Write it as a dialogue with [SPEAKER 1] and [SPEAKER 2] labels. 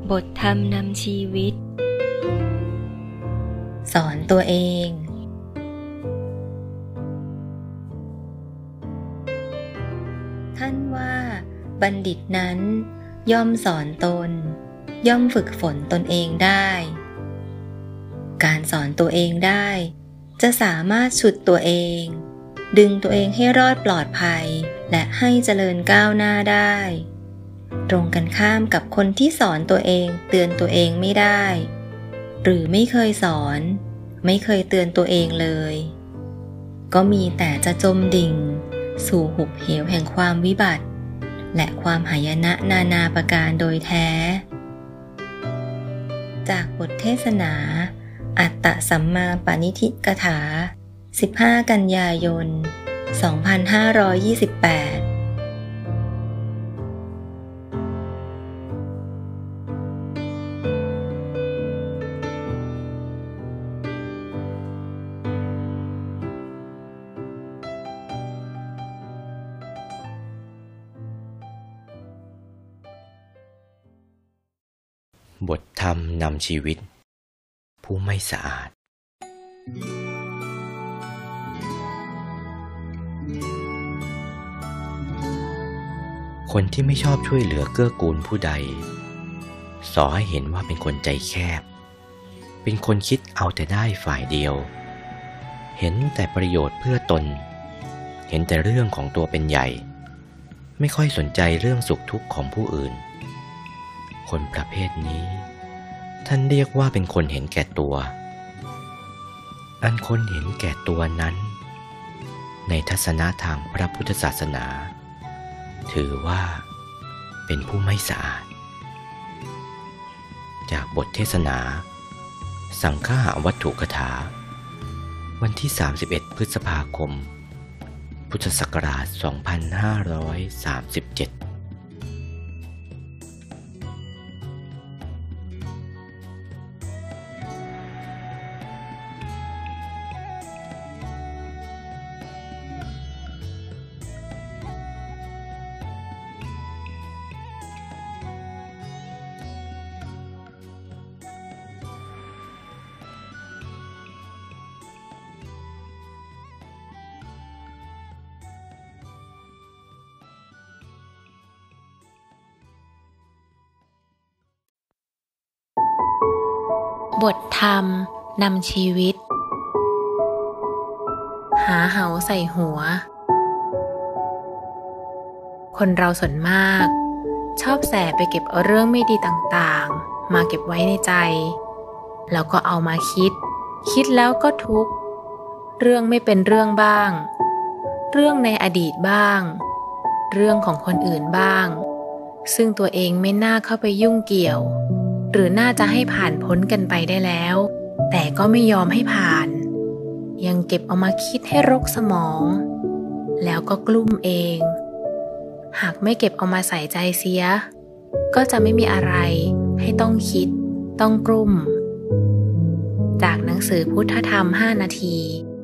[SPEAKER 1] บทธรรมนำชีวิตสอนตัวเองท่านว่าบัณฑิตนั้นย่อมสอนตนย่อมฝึกฝนตนเองได้การสอนตัวเองได้จะสามารถฉุดตัวเองดึงตัวเองให้รอดปลอดภัยและให้เจริญก้าวหน้าได้ตรงกันข้ามกับคนที่สอนตัวเองเตือนตัวเองไม่ได้หรือไม่เคยสอนไม่เคยเตือนตัวเองเลยก็มีแต่จะจมดิ่งสู่หุบเหวแห่งความวิบัติและความหายนะนานาประการโดยแท้จากบทเทศนาอัตตสัมมาปณิธิกถา15 กันยายน 2528
[SPEAKER 2] บทธรรมนำชีวิตผู้ไม่สะอาดคนที่ไม่ชอบช่วยเหลือเกื้อกูลผู้ใดสอให้เห็นว่าเป็นคนใจแคบเป็นคนคิดเอาแต่ได้ฝ่ายเดียวเห็นแต่ประโยชน์เพื่อตนเห็นแต่เรื่องของตัวเป็นใหญ่ไม่ค่อยสนใจเรื่องสุขทุกข์ของผู้อื่นคนประเภทนี้ท่านเรียกว่าเป็นคนเห็นแก่ตัวอันคนเห็นแก่ตัวนั้นในทัศนะทางพระพุทธศาสนาถือว่าเป็นผู้ไม่สะอาดจากบทเทศนาสังฆะวัตถุกถาวันที่31 พฤษภาคมพุทธศักราช 2537
[SPEAKER 3] บทธรรมนำชีวิตหาเหาใส่หัวคนเราส่วนมากชอบแสไปเก็บเอาเรื่องไม่ดีต่างๆมาเก็บไว้ในใจแล้วก็เอามาคิดแล้วก็ทุกข์เรื่องไม่เป็นเรื่องบ้างเรื่องในอดีตบ้างเรื่องของคนอื่นบ้างซึ่งตัวเองไม่น่าเข้าไปยุ่งเกี่ยวหรือน่าจะให้ผ่านพ้นกันไปได้แล้วแต่ก็ไม่ยอมให้ผ่านยังเก็บเอามาคิดให้รกสมองแล้วก็กลุ้มเองหากไม่เก็บเอามาใส่ใจเสียก็จะไม่มีอะไรให้ต้องคิดต้องกลุ้มจากหนังสือพุทธธรรม5 นาที